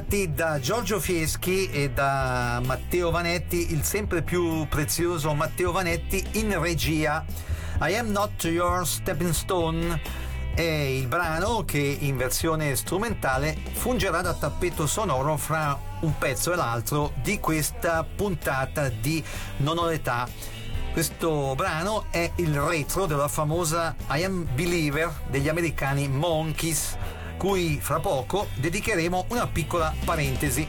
tratti da Giorgio Fieschi e da Matteo Vanetti, il sempre più prezioso Matteo Vanetti in regia. I Am Not Your Stepping Stone è il brano che in versione strumentale fungerà da tappeto sonoro fra un pezzo e l'altro di questa puntata di Non ho l'età. Questo brano è il retro della famosa I Am Believer degli americani Monkees, cui fra poco dedicheremo una piccola parentesi.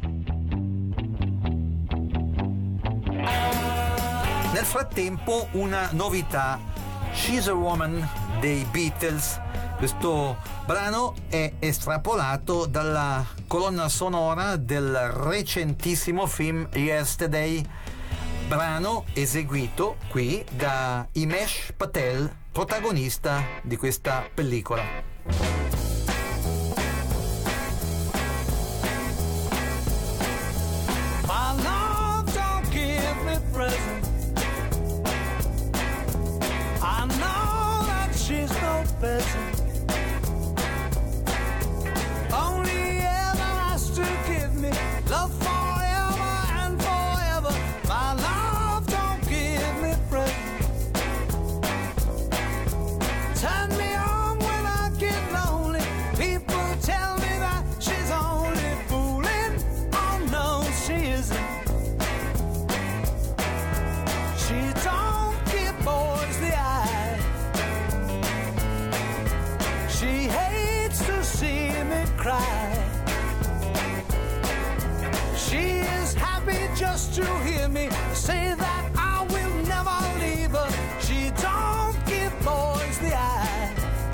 Nel frattempo una novità, She's a Woman dei Beatles. Questo brano è estrapolato dalla colonna sonora del recentissimo film Yesterday, brano eseguito qui da Himesh Patel, protagonista di questa pellicola. I know that she's no peasant. Only ever has to give me love forever and forever. My love don't give me present. Turn me on when I get lonely. People tell me that she's only fooling. Oh no, she isn't. She don't give boys the eye. She hates to see me cry. She is happy just to hear me say that I will never leave her. She don't give boys the eye.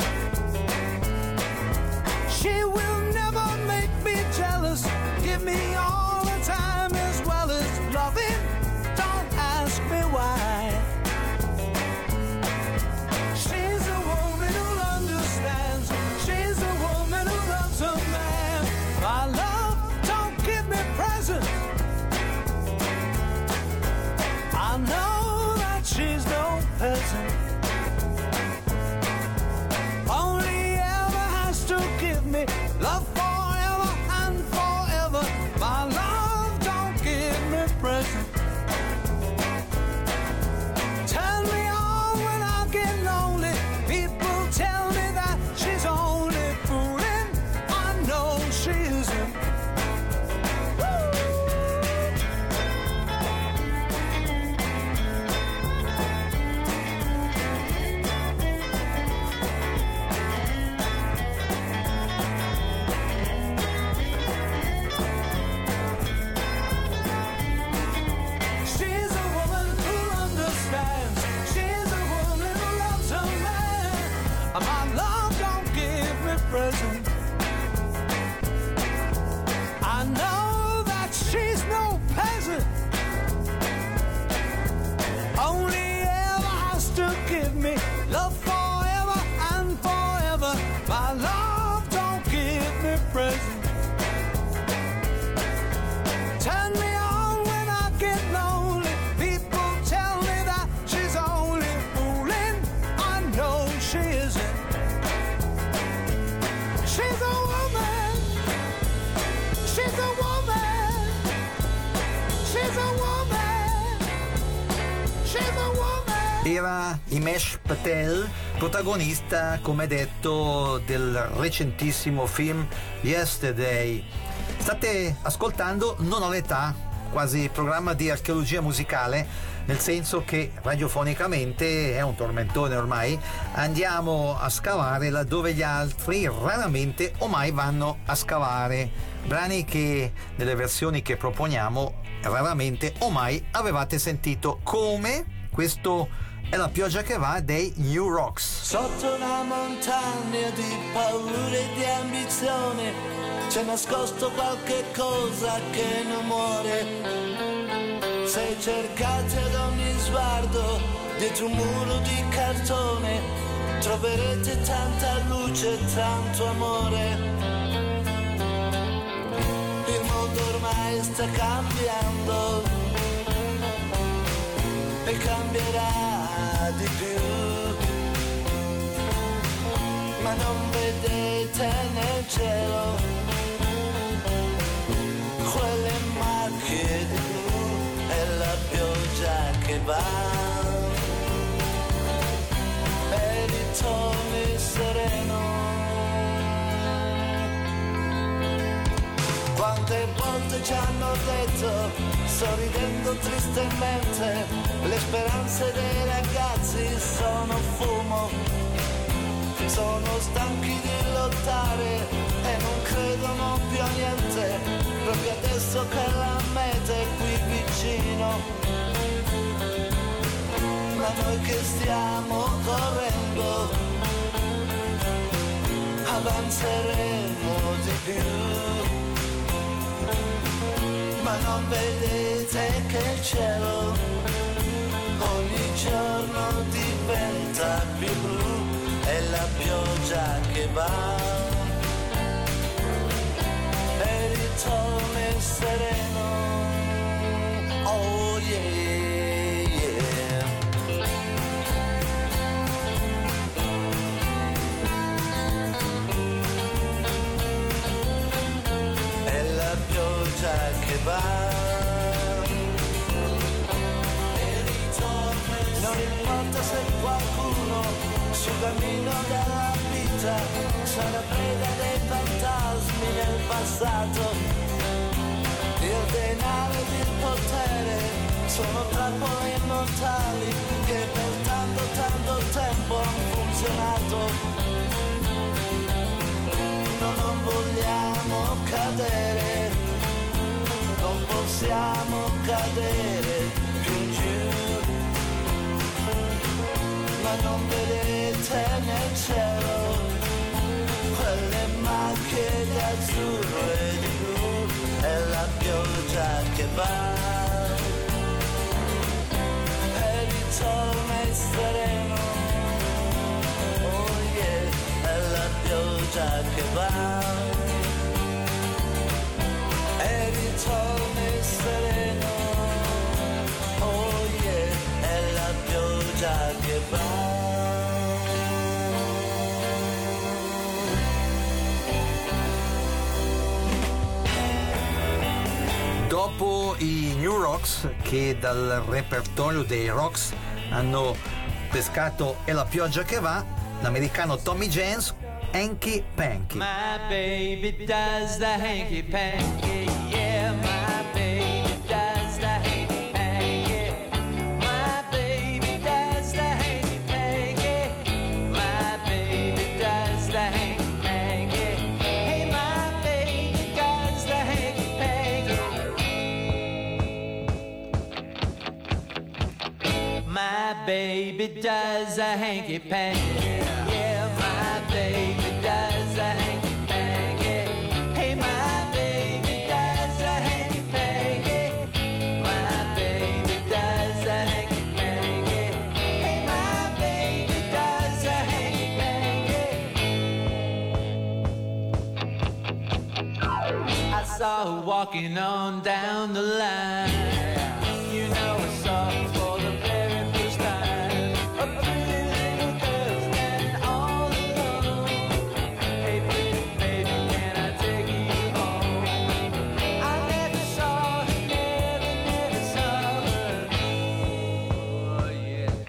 She will never make me jealous. Give me all the time as well as loving. Don't ask me why. She's a woman who understands. She's a woman who loves a man. My love don't give me presents. I know that she's no peasant. Only ever has to give me love forever and forever. My love don't give me presents. Turn me on when I get lonely. People tell me that she's only fooling. I know she isn't. She's a woman who understands. She's a woman who loves a man. My love don't give me presents. I know that she's no peasant. Only ever has to give me love forever and forever. My love don't give me presents. Turn me on when I get lonely. People tell me that she's only fooling. I know she isn't. She's a woman. She's a woman. She's a woman. She's a woman. Era Himesh Patel, protagonista, come detto, del recentissimo film Yesterday. State ascoltando Non ho l'età, quasi programma di archeologia musicale, nel senso che radiofonicamente è un tormentone ormai, andiamo a scavare laddove gli altri raramente o mai vanno a scavare, brani che nelle versioni che proponiamo raramente o mai avevate sentito, come questo è La pioggia che va dei New Rocks. Sotto una montagna di paure e di ambizione c'è nascosto qualche cosa che non muore. Se cercate ad ogni sguardo dietro un muro di cartone troverete tanta luce e tanto amore. Il mondo ormai sta cambiando e cambierà di più, ma non vedete nel cielo va e ritorni sereno. Quante volte ci hanno detto, sorridendo tristemente, le speranze dei ragazzi sono fumo, sono stanchi di lottare e non credono più a niente, proprio adesso che la meta è qui vicino. Ma noi che stiamo correndo avanzeremo di più. Ma non vedete che il cielo ogni giorno diventa più blu e la pioggia che va e ritorna il sereno. Oh yeah, yeah. E la pioggia che va e ritorna il sereno. Non importa se qualcuno sul cammino della vita sarà preda dei fantasmi del passato. Il denaro ed il potere sono trappole immortali che per tanto tempo hanno funzionato. Non vogliamo cadere, non possiamo cadere più giù. Ma non vedete nel cielo quelle macchie di azzurro e di blu e la pioggia che va e ritorna il sereno. Oh yeah, è la pioggia che va e ritorna il sereno. Oh yeah, è la pioggia che va. Dopo i New Rocks, che dal repertorio dei Rocks hanno pescato E la pioggia che va, l'americano Tommy James, Hanky Panky. My baby does the hanky panky, yeah, my baby does the hanky panky. My baby does the hanky panky. My baby does the hanky panky. Hey, my baby does the hanky panky. My baby does a hanky panky. Yeah, my baby does a hanky panky. Hey, my baby does a hanky panky. My baby does a hanky panky. Hey, my baby does a hanky panky. I saw her walking on down the line. You know I saw her for the very first time. A pretty little girl standing all alone. Hey pretty baby, can I take you home? I never saw her, never saw her. Oh yeah.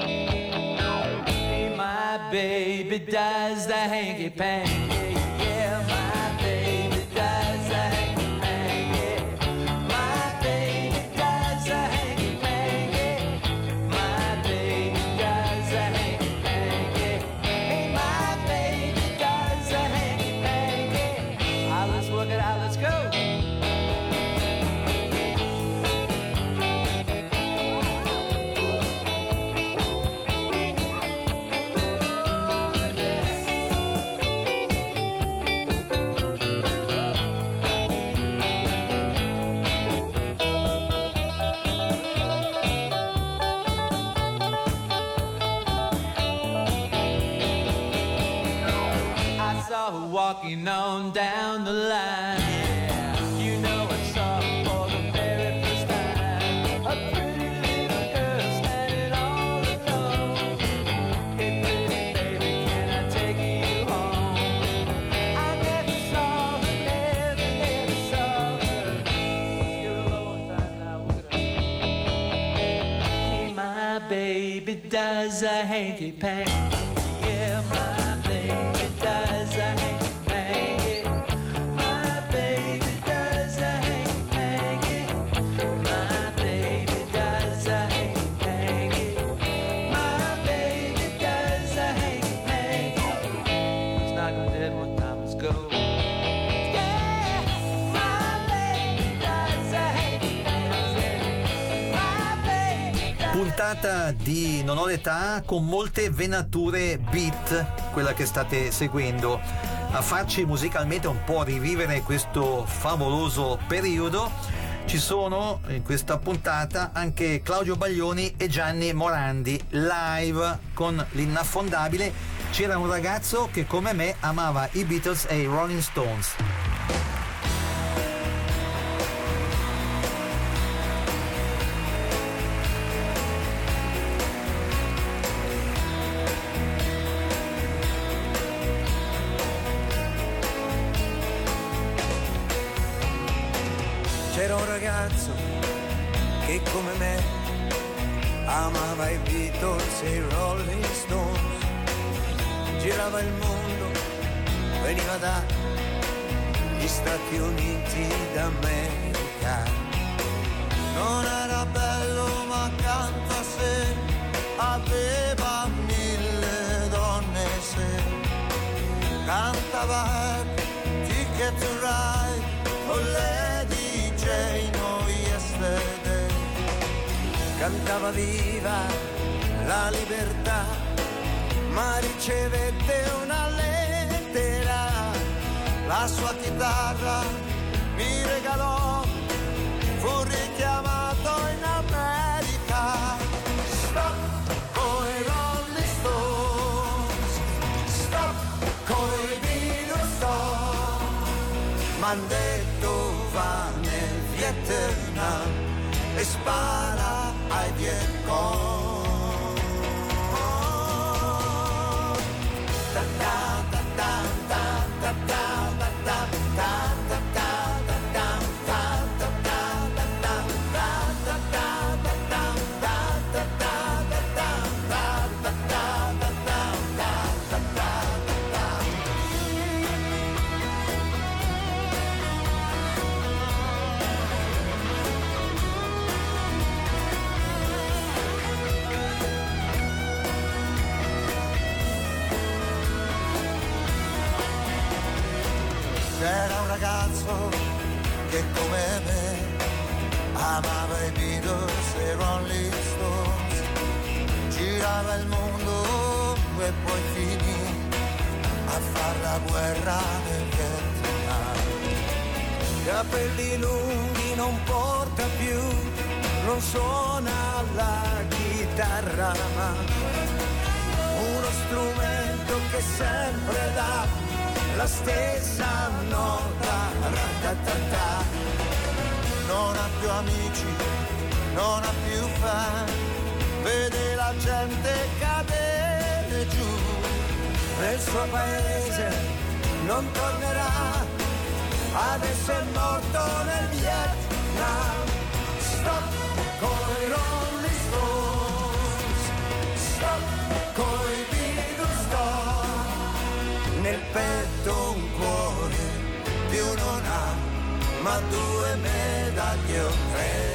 Hey, my baby does the hanky panky. Yeah, my baby does the hanky panky. My baby does the hanky panky. My baby does the hanky panky. Hey, my baby does the hanky panky. Ah, let's work it out, let's go. I saw her walking on down the line. You know I saw her for the very first time. A pretty little girl standing all alone. Hey pretty baby, can I take you home? I never saw her, never saw her. Let's give it a little one time now. Hey, baby does a hanky panky. Yeah, my baby does a hanky panky. My baby does a hanky panky. My baby does a hanky panky. My baby does a hanky panky. It's not gonna dead one time, let's go. Puntata di Non ho l'età con molte venature beat, quella che state seguendo, a farci musicalmente un po' rivivere questo favoloso periodo. Ci sono in questa puntata anche Claudio Baglioni e Gianni Morandi live con l'inaffondabile C'era un ragazzo che come me amava i Beatles e i Rolling Stones. C'era un ragazzo che come me amava i Beatles e i Rolling Stones, girava il mondo, veniva dagli Stati Uniti d'America. Non era bello ma accanto a sé aveva 1000 donne se cantava Ticket to Ride o Lady Jane o Yesterday, cantava viva la libertà, ma ricevette una lettera, la sua chitarra mi regalò, fu richiamato in America. Stop coi Rolling Stones, stop coi Beatles, stop, m'han detto va nel Vietnam e spara ai Vietcong. C'era un ragazzo che come me amava i Beatles e i Rolling Stones, girava il mondo e poi finì a far la guerra nel Vietnam. Capelli lunghi, non porta più, non suona la chitarra, ma uno strumento che sempre dà la stessa nota, ratatata. Non ha più amici, non ha più fan, vede la gente cadere giù. Nel suo paese non tornerà, adesso è morto nel Vietnam. Stop coi Rolling Stones, stop coi Beatles, stop. Nel petto un cuore più non ha, ma 2 medaglie o 3.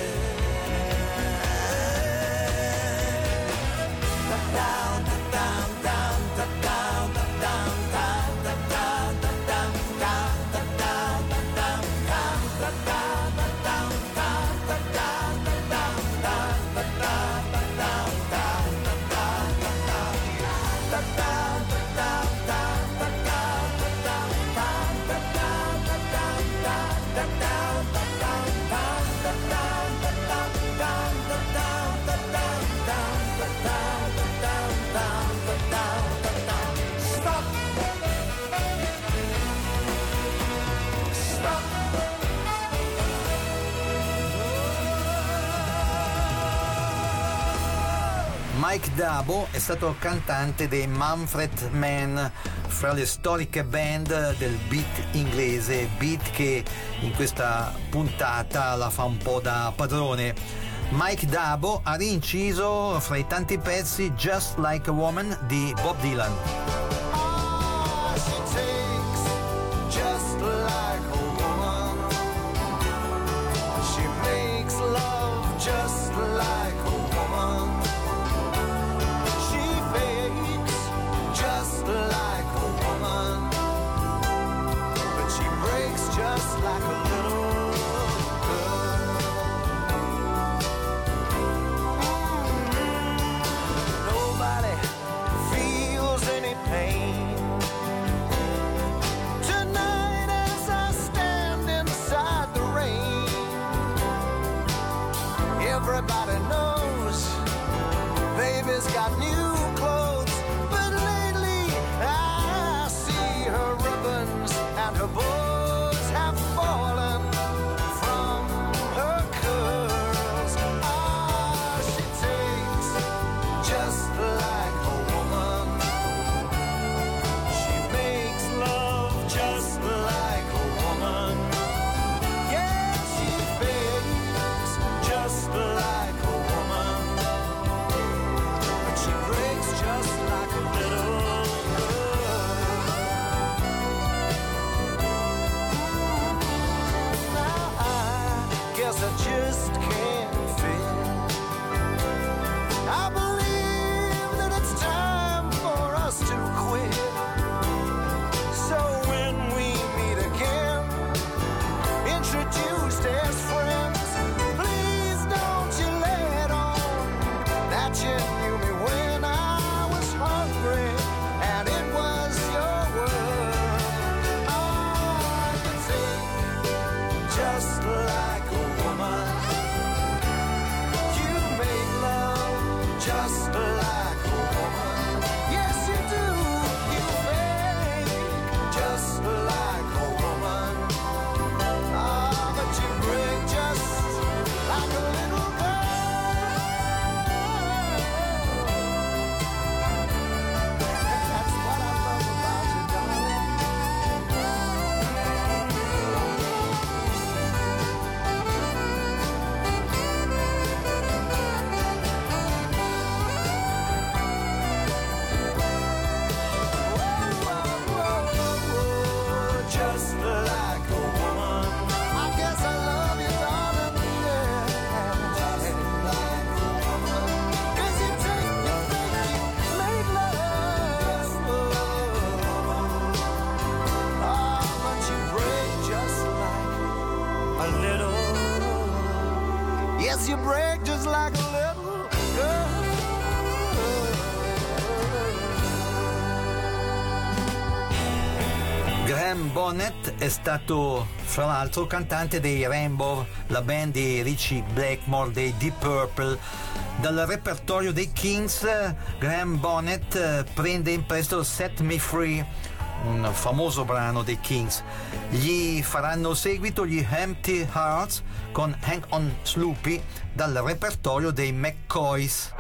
Mike Dabo è stato cantante dei Manfred Mann, fra le storiche band del beat inglese, beat che in questa puntata la fa un po' da padrone. Mike Dabo ha rinciso fra i tanti pezzi Just Like a Woman di Bob Dylan. She takes just like a woman. She makes love just like a woman. She fakes just like a woman. But she breaks just like a little girl. Nobody feels any pain. Tonight as I stand inside the rain, everybody knows baby's got new clothes, but lately I see her ribbons and her bows have fallen from her curls. Ah, she takes just like a woman. She makes love just like a woman. Yeah, she fakes just like a woman. But she breaks just like a little girl. Now I guess I just can't fit. I believe that it's time for us to quit. So when we meet again, introduced as friends, please don't you let on that you knew me when I was hungry and it was your word. I can take just like a woman. You make love just like a woman. Yes, you do. You fake just like a woman. Ah, but you break just like a little girl. That's what I love about you, darling. Just like a woman. I guess I love you, darling. Yeah. Just like a woman. 'Cause you take, you fake, you make love. Ah, but you break just like a little. Yes, you break just like a little girl. Graham Bonnet è stato fra l'altro cantante dei Rainbow, la band di Ritchie Blackmore dei Deep Purple. Dal repertorio dei Kings Graham Bonnet prende in prestito Set Me Free, un famoso brano dei Kings. Gli faranno seguito gli Empty Hearts con Hang On Sloopy dal repertorio dei McCoys.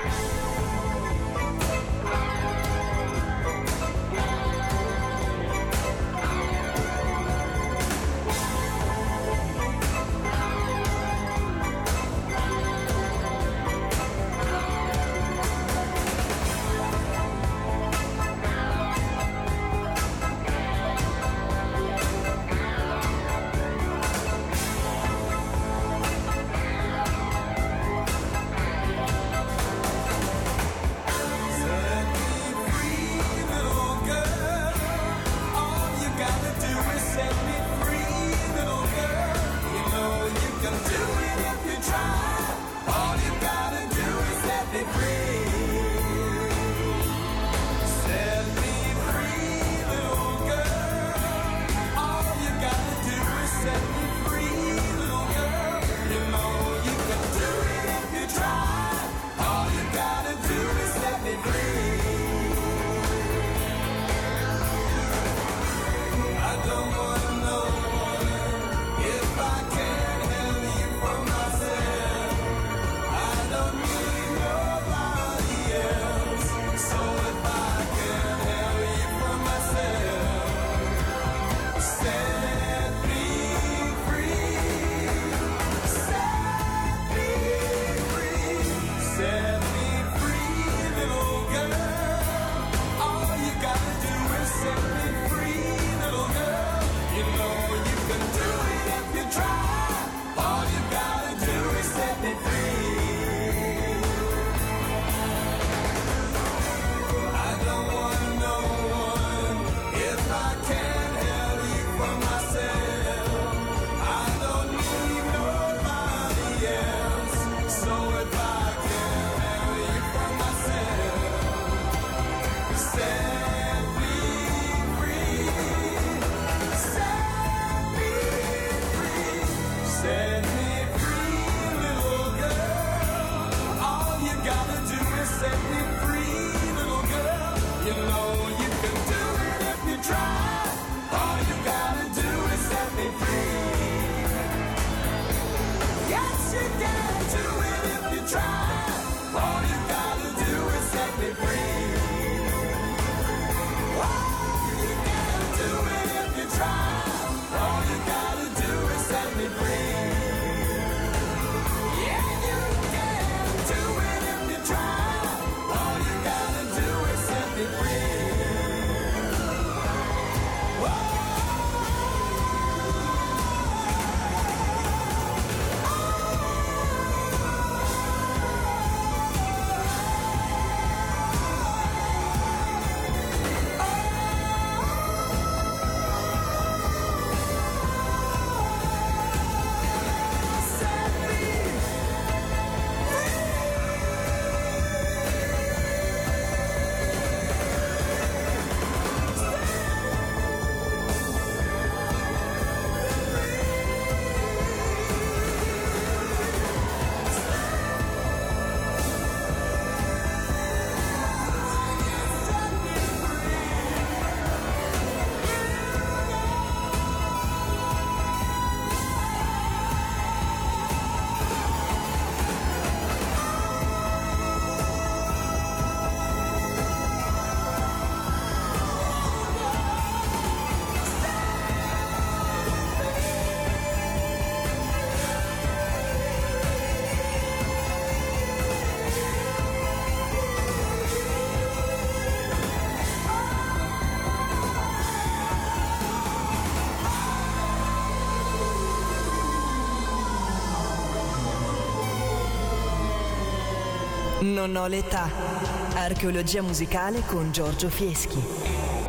Non ho l'età. Archeologia musicale con Giorgio Fieschi.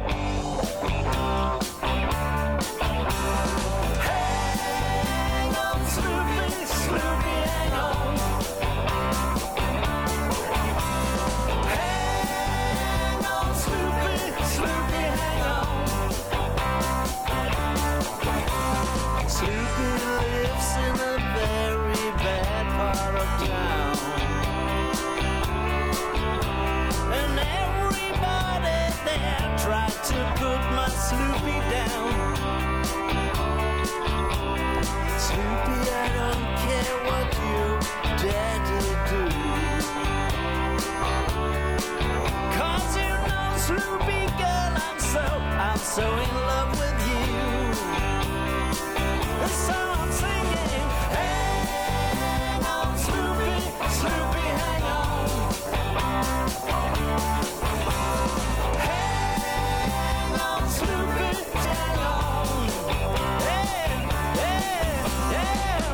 So in love with you, so I'm singing, hang on, Sloopy, Sloopy, hang on. Hang on, Sloopy, hang on. Yeah, yeah, yeah.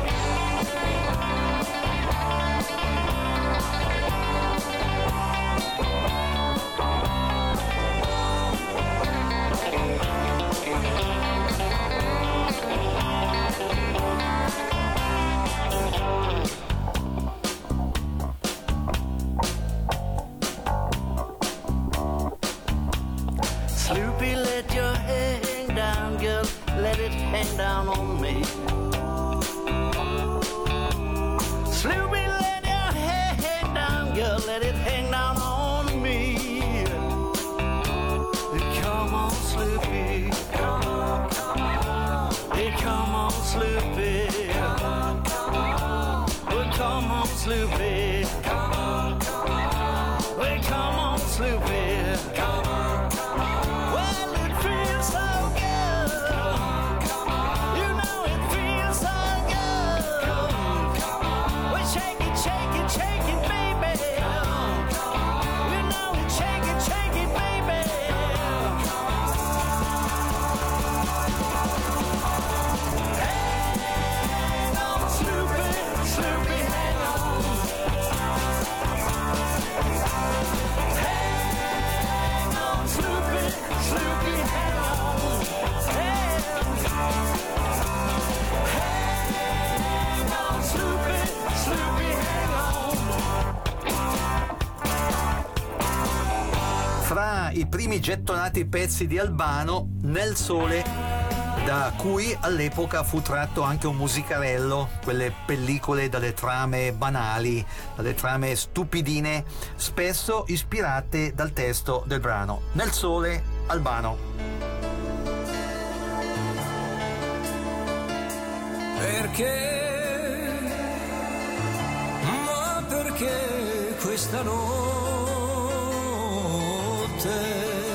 Sloopy, let your hair hang down, girl, let it hang down on me. Sloopy, let your hair hang down, girl, let it hang down on me. Come on, Sloopy, come on, come on. Hey, come on, Sloopy, come on, come on. Well, come on, Sloopy, come on, come on. Well, come on, Sloopy, come on, come on. Well, it feels so good. Come on, come on. You know it feels so good. Come on, come on. Well, shake it, baby. Come on, come on. You know it, shake it, baby. Come on. Hang on, Sloopy, Sloopy, hang on. Hang on, Sloopy, Sloopy, hang on. Hang on, Sloopy, Sloopy, hang on. Fra i primi gettonati pezzi di Albano, Nel Sole, da cui all'epoca fu tratto anche un musicarello, quelle pellicole dalle trame banali, dalle trame stupidine, spesso ispirate dal testo del brano. Nel Sole, Albano. Perché? Ma perché questa notte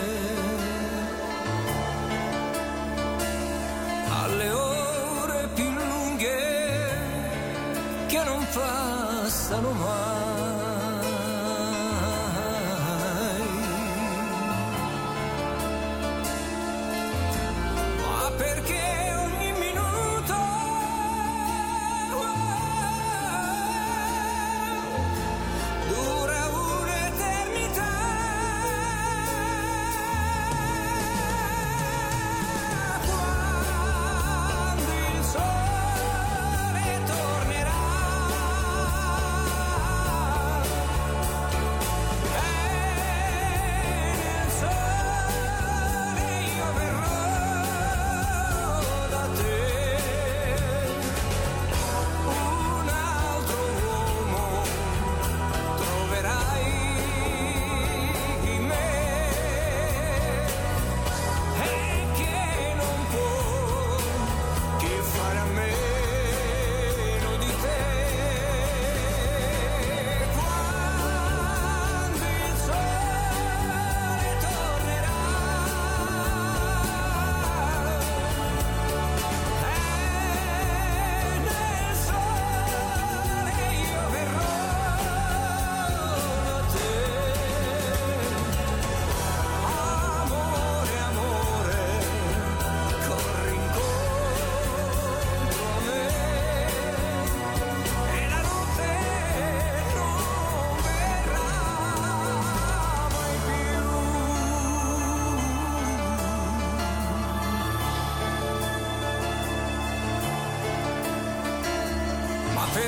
alle ore più lunghe che non passano mai, ma perché ogni minuto dura un'eternità. Quando il sole tornerà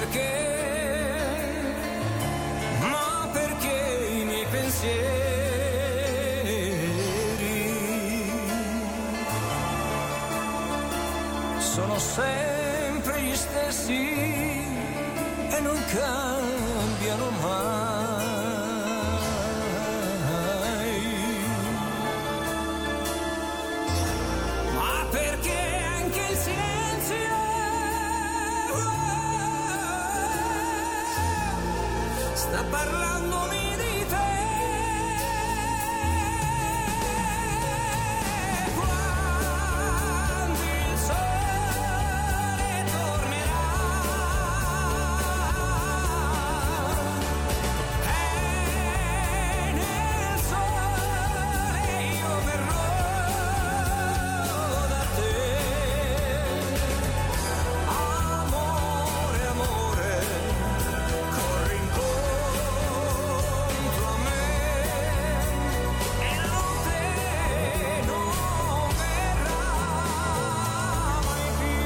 perché, ma perché i miei pensieri sono sempre gli stessi e non cambiano mai. Ma perché anche il silenzio sta parlandomi di te. Quando il sole tornerà e nel sole io verrò da te. Amore, amore, corri incontro a me e non te non verrà mai più.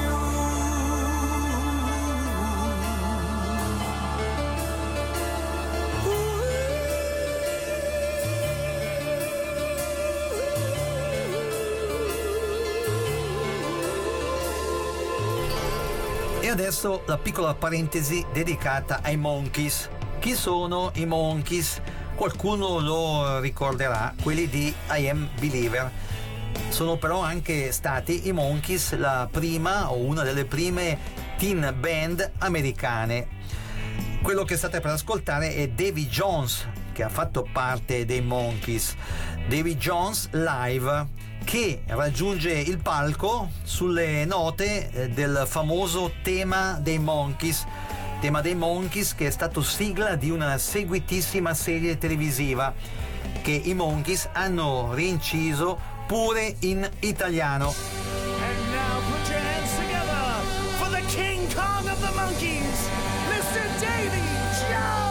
E adesso la piccola parentesi dedicata ai Monkees. Chi sono i Monkees? Qualcuno lo ricorderà, quelli di I Am Believer. Sono però anche stati i Monkees la prima o una delle prime teen band americane. Quello che state per ascoltare è Davy Jones, che ha fatto parte dei Monkees. Davy Jones live, che raggiunge il palco sulle note del famoso tema dei Monkees che è stato sigla di una seguitissima serie televisiva che i Monkees hanno rinciso pure in italiano. And now put your hands together for the King Kong of the Monkees, Mr. Davy Jones!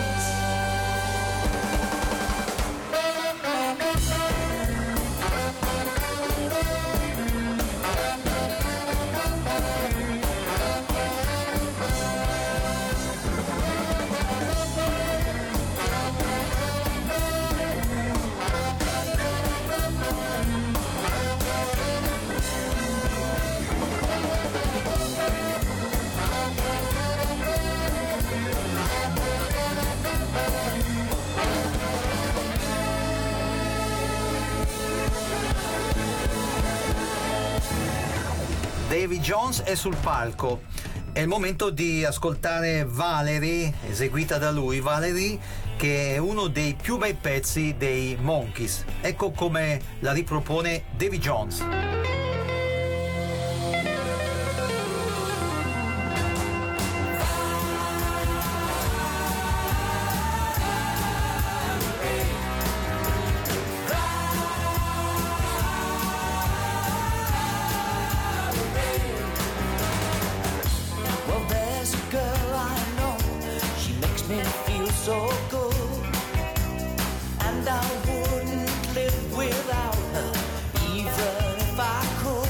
Davy Jones è sul palco. È il momento di ascoltare Valerie, eseguita da lui. Valerie, che è uno dei più bei pezzi dei Monkees. Ecco come la ripropone Davy Jones. Well, there's a girl I know, she makes me feel so good, and I wouldn't live without her, even if I could.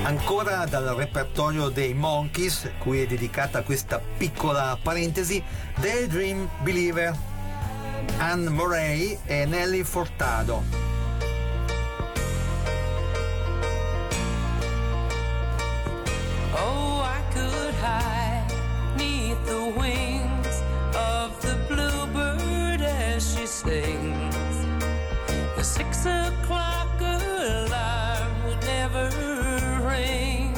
Ancora dal repertorio dei Monkees, cui è dedicata questa piccola parentesi, Daydream Believer, Anne Murray e Nelly Furtado. Oh, I could hide neath the wings of the bluebird as she sings. The 6 o'clock alarm would never ring,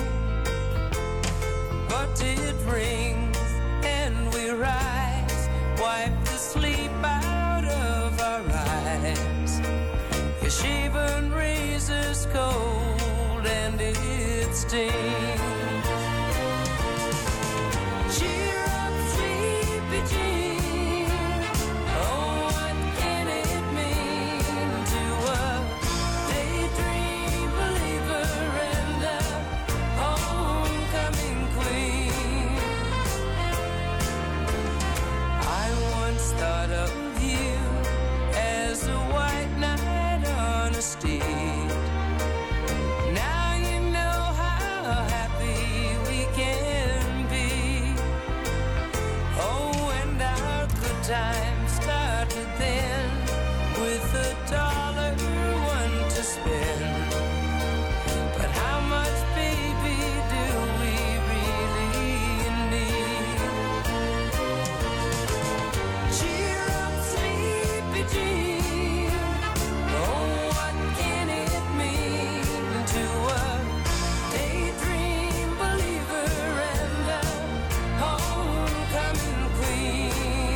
but it rings and we rise, wipe the sleep out of our eyes. Your shaven razor's cold and it stings. Cheer up, sleepy Jean. Oh, what can it mean to a daydream believer and a homecoming queen? I once thought of you as a white knight on a steed. Now you know how happy we can be. Oh, and our good times started then with $1 to spend. But how much, baby, do we really need? Cheer up, sleepy Jean. Oh, what can it mean to a daydream believer and a homecoming queen?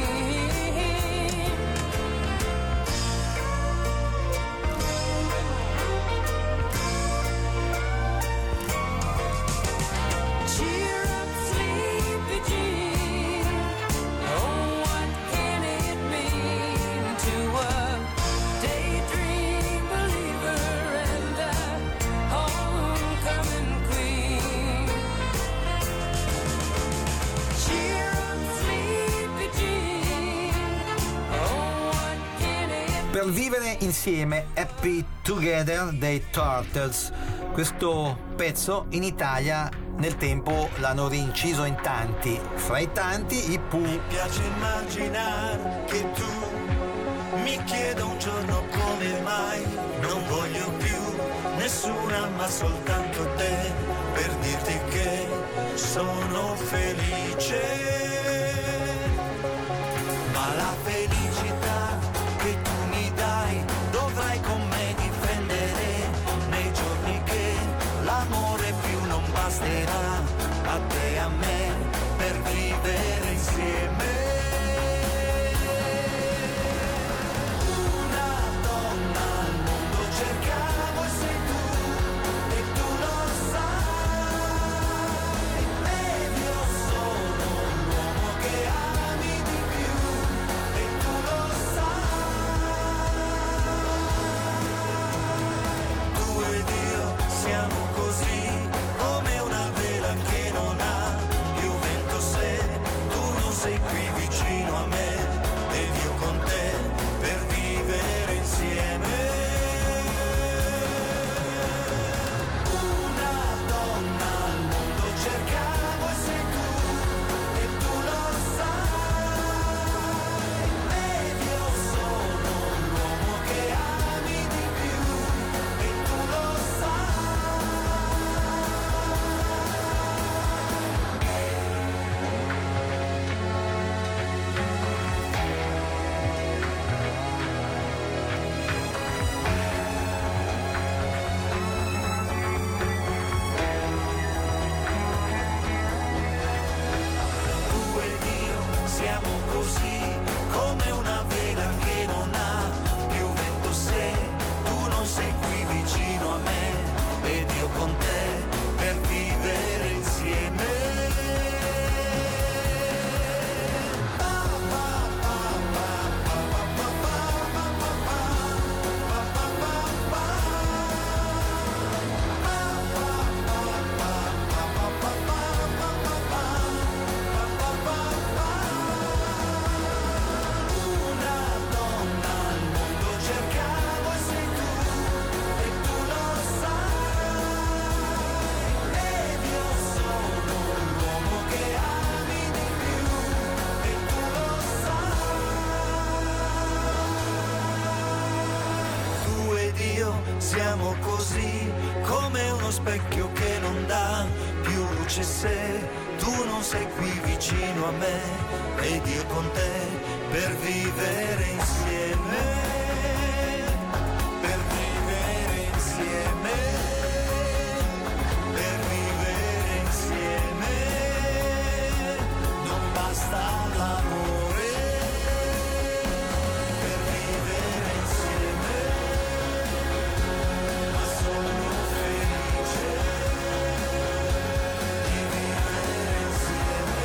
Cheer up, sleepy Jean. Oh, what can it mean to a daydream believer and a homecoming queen? Cheer up, sleepy Jean. Oh, what can it Per vivere insieme, Happy Together dei Turtles. Questo pezzo in Italia nel tempo l'hanno rinciso in tanti, fra i tanti i Pooh. Mi piace immaginare che tu mi chieda un giorno come mai non voglio più nessuna ma soltanto te, per dirti che sono felice. Ma la felicità che tu mi dai dovrai con me difendere nei giorni che l'amore più non basterà a te e a me per vivere insieme. Una donna al mondo cercavo e sei tu, e tu lo sai, ed io sono l'uomo Siamo così come uno specchio che non dà più luce se tu non sei qui vicino a me ed io con te per vivere insieme, per vivere insieme, per vivere insieme. Non basta l'amore per vivere insieme, ma sono felice di vivere insieme.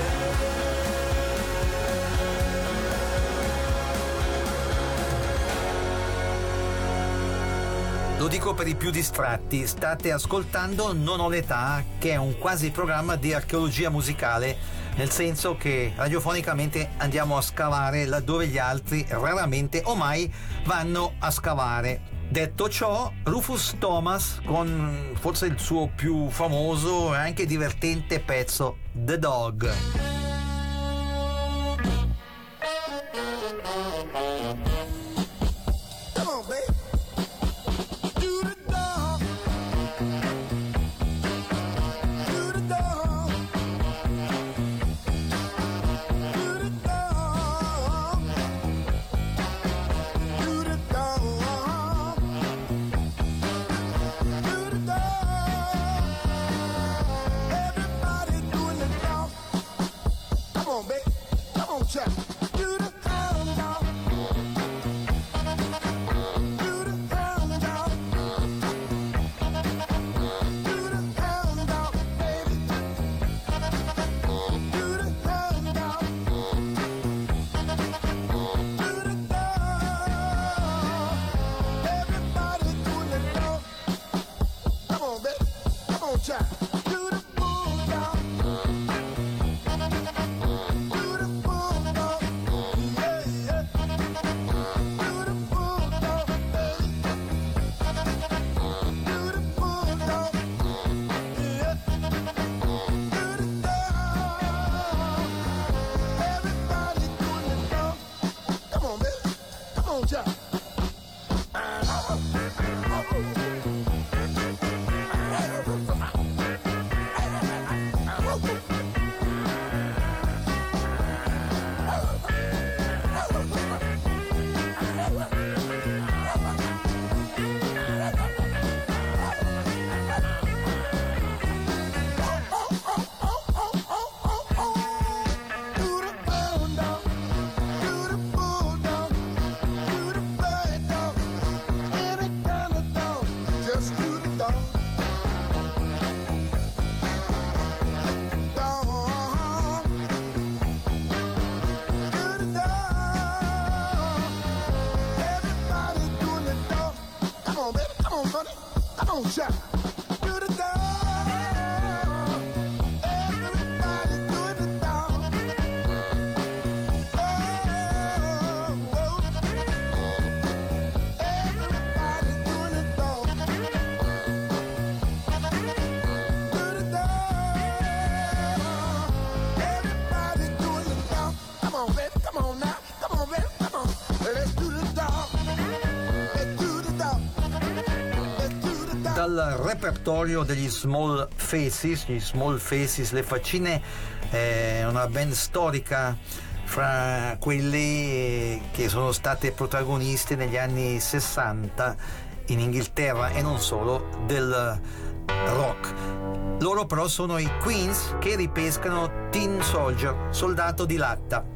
Lo dico per i più distratti, state ascoltando Non ho l'età, che è un quasi programma di archeologia musicale, nel senso che radiofonicamente andiamo a scavare laddove gli altri raramente o mai vanno a scavare. Detto ciò, Rufus Thomas con forse il suo più famoso e anche divertente pezzo, The Dog. Come on, babe. Do the dog. Do the dog. Do the dog. Do the dog. Do the dog. Everybody doing the dog. Come on, babe. Come on, Chuck. Do the hound dog. Do the hound dog. Do the hound dog, baby. Do the hound dog. Do the dog. Everybody doing the dog. Come on, baby. Come on, Chuck. Do the bulldog. Do the bulldog. Yeah, yeah. Do the bulldog, baby. Do the bulldog. Yeah. Do the dog. Everybody doing the dog. Come on, baby. Come on, Chuck. Do the hound dog. Do the bulldog. Do the bird dog. Any kind of dog. Just do the dog. Dog. Do the dog. Everybody doing the dog. Come on, baby. Come on, buddy. Come on, Chuck. Do the dog. Everybody doing the dog. Oh, whoa. Everybody doing the dog. Do the dog. Everybody doing the dog. Come on, baby. Come on now. Come on, baby. Come on. Let's do the dog. Let's do the dog. Let's do the dog. Dal repertorio degli Small Faces, gli Small Faces, le faccine, è una band storica fra quelle che sono state protagoniste negli anni 60 in Inghilterra e non solo del rock. Loro però sono i Queens che ripescano Tin Soldier, soldato di latta.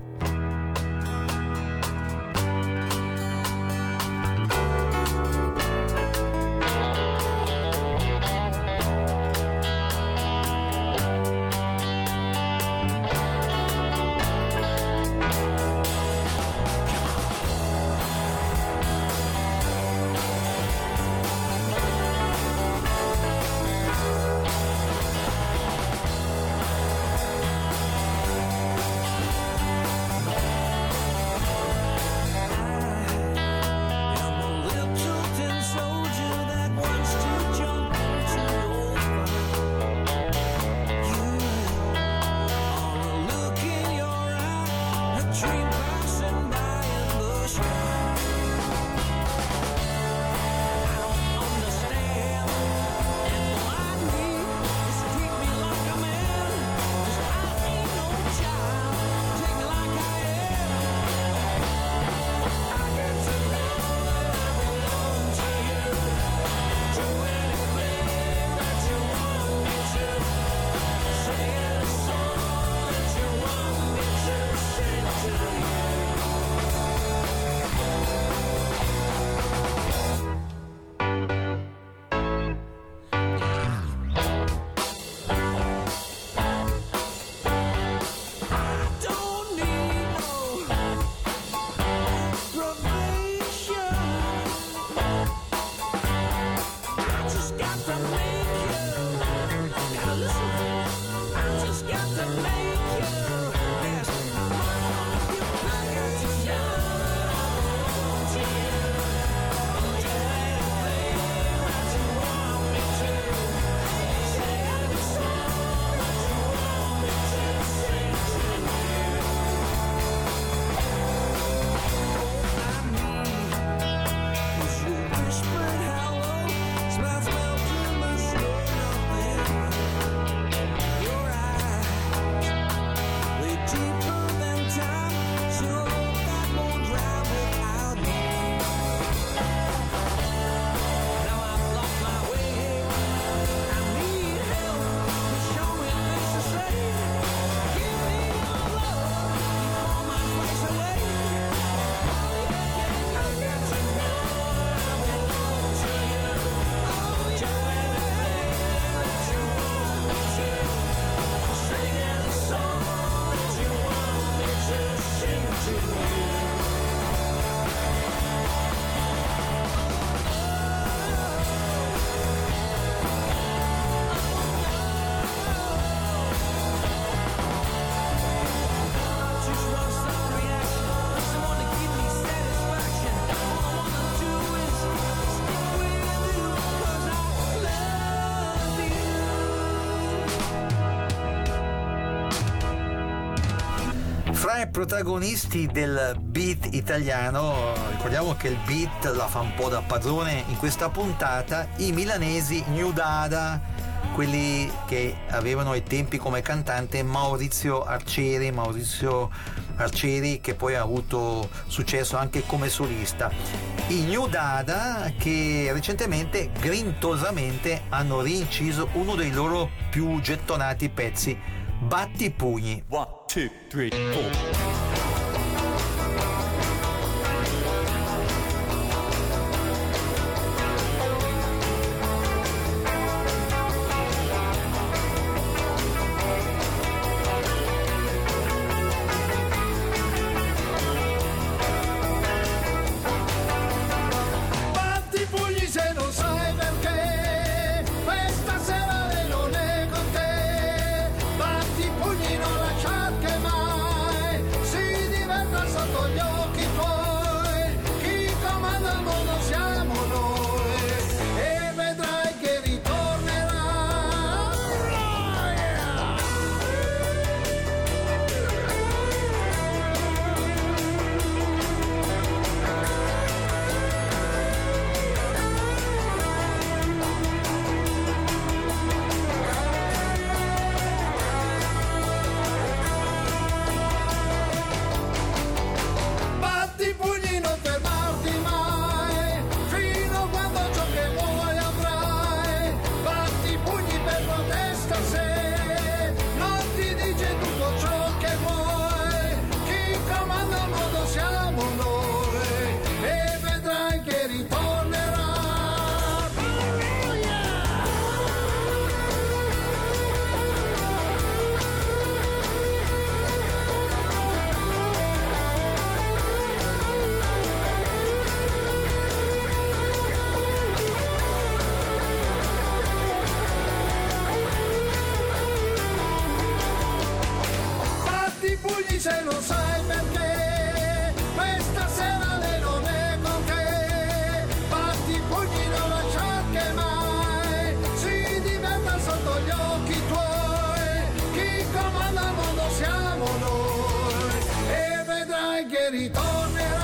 Fra i protagonisti del beat italiano, ricordiamo che il beat la fa un po' da padrone in questa puntata, i milanesi New Dada, quelli che avevano ai tempi come cantante Maurizio Arcieri, che poi ha avuto successo anche come solista. I New Dada che recentemente grintoosamente hanno rinciso uno dei loro più gettonati pezzi, Batti i pugni. 1, 2, 3, 4. Batti i pugni se non sai perché questa sera lei non è con te. Batti i pugni, non lasciar che mai si diverta sotto gli occhi tuoi. Chi comanda il mondo siamo noi e vedrai che ritornerà. Batti i pugni, non fermarti mai, fino a quando ciò che vuoi avrai. Batti i pugni per protesta se non ti dice tutto ciò che vuoi. Chi comanda il mondo siamo noi e vedrai che ritornerà. Batti i pugni se non sai perché questa sera lei non è con te. Batti i pugni, non lasciar che mai si diverta sotto gli occhi tuoi. Chi comanda il mondo siamo noi e vedrai che ritornerà.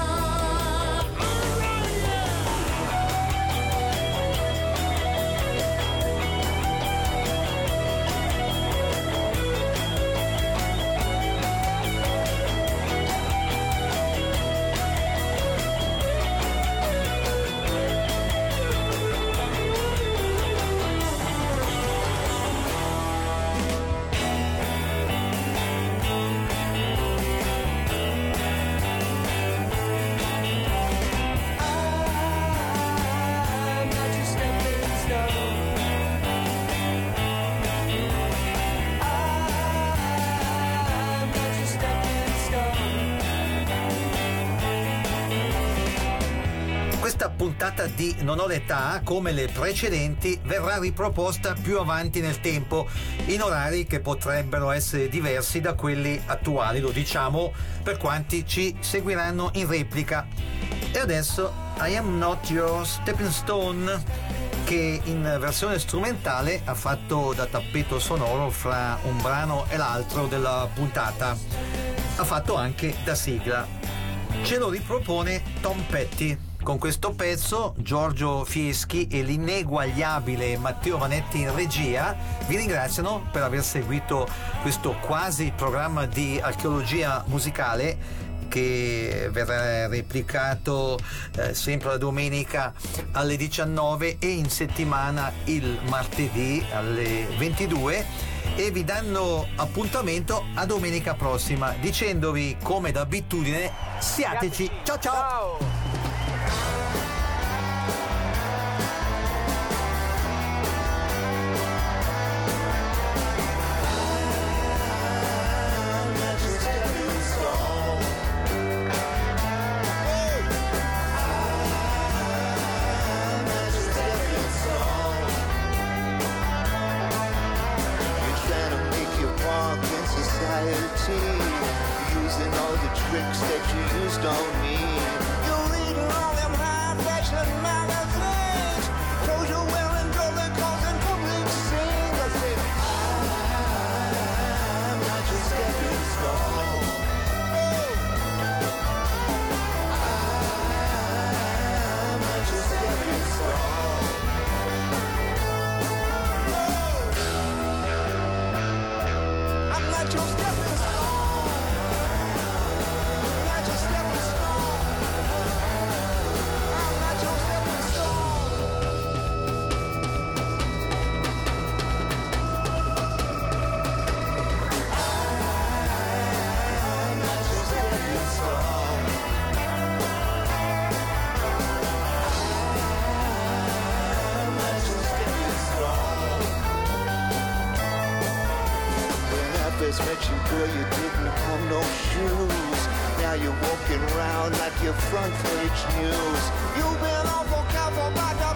Questa puntata di Non ho l'età, come le precedenti, verrà riproposta più avanti nel tempo, in orari che potrebbero essere diversi da quelli attuali, lo diciamo per quanti ci seguiranno in replica. E adesso I Am Not Your Stepping Stone, che in versione strumentale ha fatto da tappeto sonoro fra un brano e l'altro della puntata. Ha fatto anche da sigla. Ce lo ripropone Tom Petty. Con questo pezzo Giorgio Fieschi e l'ineguagliabile Matteo Vanetti in regia vi ringraziano per aver seguito questo quasi programma di archeologia musicale che verrà replicato sempre la domenica alle 19 e in settimana il martedì alle 22, e vi danno appuntamento a domenica prossima dicendovi come d'abitudine siateci. Ciao ciao! Using all the tricks that you used on me. You read all them high fashion magazines. Clothes you're wearing, girl, they're causing public scenes. I say, I'm not your stepping stone. girl, you didn't have no shoes. Now you're walking around like your front page news. You've been awful careful about the